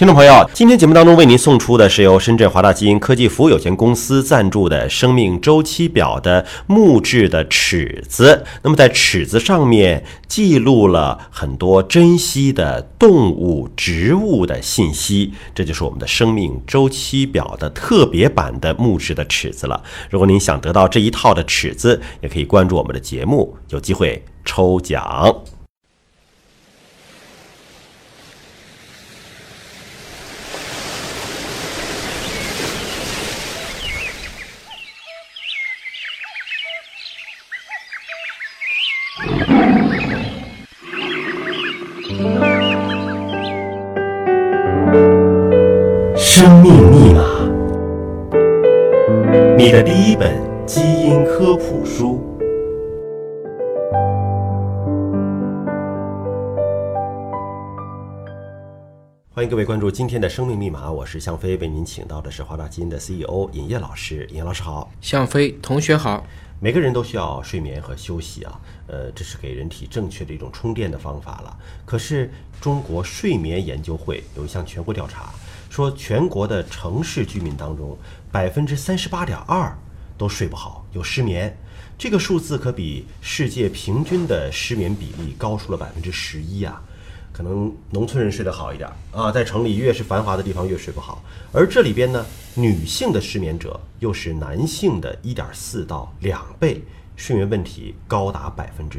听众朋友，今天节目当中为您送出的是由深圳华大基因科技服务有限公司赞助的生命周期表的木质的尺子。那么在尺子上面记录了很多珍稀的动物、植物的信息，这就是我们的生命周期表的特别版的木质的尺子了。如果您想得到这一套的尺子，也可以关注我们的节目，有机会抽奖。生命密码，你的第一本基因科普书。欢迎各位关注今天的生命密码，我是向飞，为您请到的是华大基因的 CEO 尹烨老师。尹老师好。 向飞同学好。 每个人都需要睡眠和休息啊，这是给人体正确的一种充电的方法了。可是中国睡眠研究会有一项全国调查，说全国的城市居民当中，38.2%都睡不好，有失眠。这个数字可比世界平均的失眠比例高出了11%啊。可能农村人睡得好一点啊，在城里越是繁华的地方越睡不好。而这里边呢，女性的失眠者又是男性的1.4到2倍，睡眠问题高达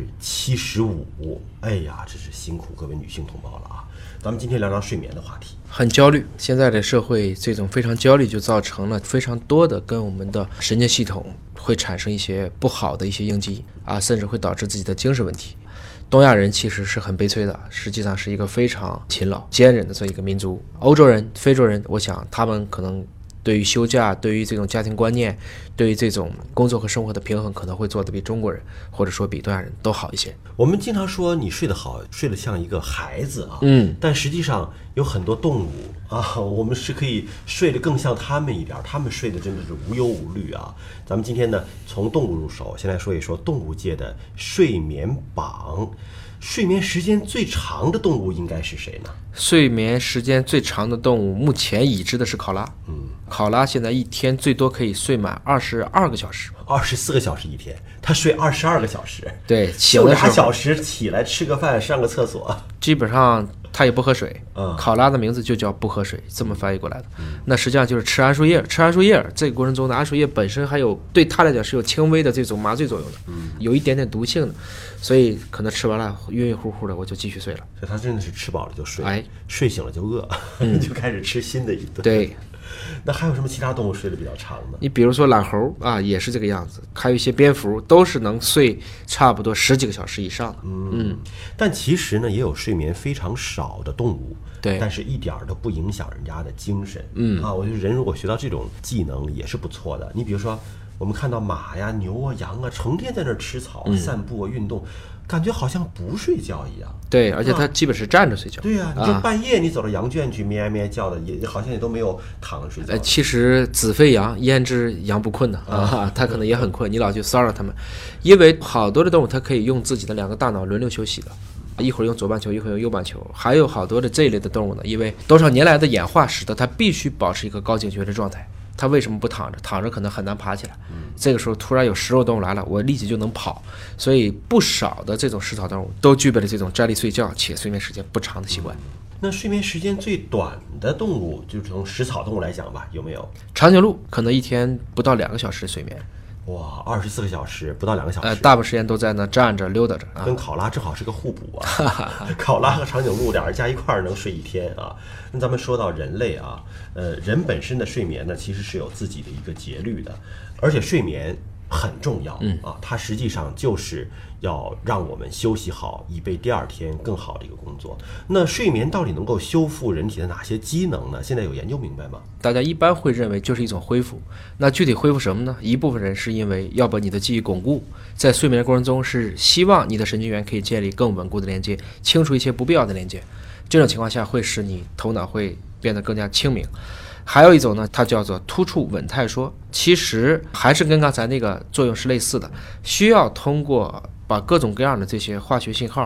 75%。哎呀，真是辛苦各位女性同胞了啊！咱们今天聊聊睡眠的话题。 很焦虑，现在的社会这种非常焦虑，就造成了非常多的跟我们的神经系统会产生一些不好的一些应激啊，甚至会导致自己的精神问题。东亚人其实是很悲催的，实际上是一个非常勤劳坚韧的这一个民族。欧洲人、非洲人，我想他们可能对于休假、对于这种家庭观念、对于这种工作和生活的平衡，可能会做得比中国人或者说比东亚人都好一些。 我们经常说你睡得好，睡得像一个孩子啊，但实际上有很多动物啊，我们是可以睡得更像他们一点，他们睡得真的是无忧无虑啊。咱们今天呢，从动物入手，先来说一说动物界的睡眠榜。睡眠时间最长的动物应该是谁呢？ 睡眠时间最长的动物，目前已知的是考拉。考拉现在一天最多可以睡满22个小时 ，24个小时一天，他睡22个小时。 对，醒的时候 8小时起来吃个饭，上个厕所， 基本上他也不喝水。考拉的名字就叫不喝水，这么翻译过来的。那实际上就是吃桉树叶，吃桉树叶这个过程中的桉树叶本身还有对他来讲是有轻微的这种麻醉作用的，有一点点毒性的，所以可能吃完了晕晕乎乎的，我就继续睡了。 所以他真的是吃饱了就睡，睡醒了就饿，就开始吃新的一顿。 对。 那还有什么其他动物睡得比较长呢？ 你比如说懒猴啊，也是这个样子，还有一些蝙蝠都是能睡差不多10几个小时以上的。 但其实呢，也有睡眠非常少的动物， 对， 但是一点都不影响人家的精神。我觉得人如果学到这种技能也是不错的。你比如说，我们看到马呀、牛啊、羊啊，成天在那儿吃草、散步啊、运动，感觉好像不睡觉一样。 对，而且它基本是站着睡觉。 对呀，你就半夜你走到羊圈去咩咩叫的，也好像也都没有躺着睡觉。 其实子非羊，焉知羊不困呢？它可能也很困，你老去骚扰它们，因为好多的动物它可以用自己的2个大脑轮流休息的。一会儿用左半球，一会儿用右半球，还有好多的这一类的动物呢，因为多少年来的演化使得它必须保持一个高警觉的状态。它为什么不躺着？躺着可能很难爬起来。这个时候突然有食肉动物来了，我立即就能跑。所以不少的这种食草动物都具备了这种站立睡觉且睡眠时间不长的习惯。 那睡眠时间最短的动物，就是从食草动物来讲吧，有没有？ 长颈鹿可能一天不到2个小时的睡眠。 哇，24个小时不到2个小时， 大部分时间都在那站着溜达着， 跟考拉正好是个互补啊。考拉和长颈鹿俩人加一块能睡1天啊。那咱们说到人类啊，人本身的睡眠呢，其实是有自己的一个节律的，而且睡眠很重要啊，它实际上就是要让我们休息好，以备第2天更好的一个工作。那睡眠到底能够修复人体的哪些机能呢？现在有研究明白吗？ 大家一般会认为就是一种恢复。那具体恢复什么呢？一部分人是因为要把你的记忆巩固，在睡眠的过程中是希望你的神经元可以建立更稳固的连接，清除一些不必要的连接。这种情况下会使你头脑会变得更加清明。还有一种呢，它叫做突触稳态说，其实还是跟刚才那个作用是类似的，需要通过把各种各样的这些化学信号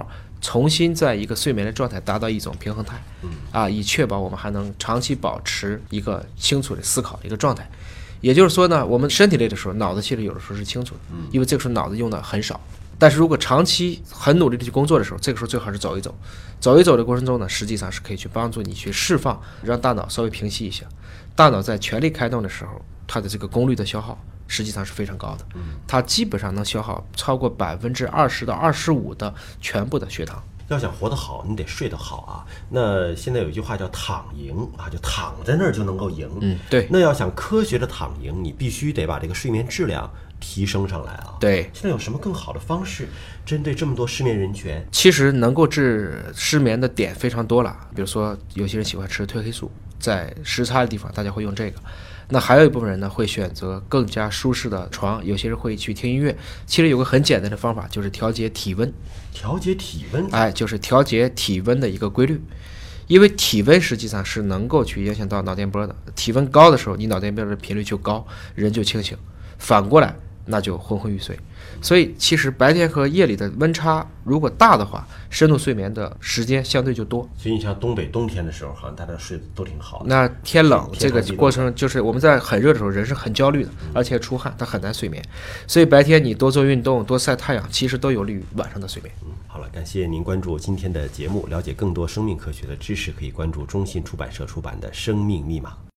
重新在一个睡眠的状态达到一种平衡态，以确保我们还能长期保持一个清楚的思考的一个状态。也就是说呢，我们身体累的时候，脑子其实有的时候是清楚的，因为这个时候脑子用的很少。但是如果长期很努力的去工作的时候，这个时候最好是走一走。走一走的过程中呢，实际上是可以去帮助你去释放，让大脑稍微平息一下。大脑在全力开动的时候，它的这个功率的消耗实际上是非常高的，它基本上能消耗超过20%到25%的全部的血糖。 要想活得好，你得睡得好啊。那现在有一句话叫躺赢啊，就躺在那儿就能够赢。 对。 那要想科学的躺赢，你必须得把这个睡眠质量提升上来啊。 对。 现在有什么更好的方式针对这么多失眠人群？ 其实能够治失眠的点非常多了，比如说有些人喜欢吃褪黑素，在时差的地方大家会用这个。那还有一部分人呢，会选择更加舒适的床，有些人会去听音乐。其实有个很简单的方法，就是调节体温。 调节体温？ 就是调节体温的一个规律。因为体温实际上是能够去影响到脑电波的，体温高的时候，你脑电波的频率就高，人就清醒；反过来，那就昏昏欲睡。所以其实白天和夜里的温差如果大的话，深度睡眠的时间相对就多。 所以你像东北冬天的时候，好像大家睡得都挺好的。 那天冷这个过程，就是我们在很热的时候，人是很焦虑的，而且出汗，他很难睡眠。所以白天你多做运动，多晒太阳，其实都有利于晚上的睡眠。 好了，感谢您关注今天的节目，了解更多生命科学的知识，可以关注中信出版社出版的《生命密码》。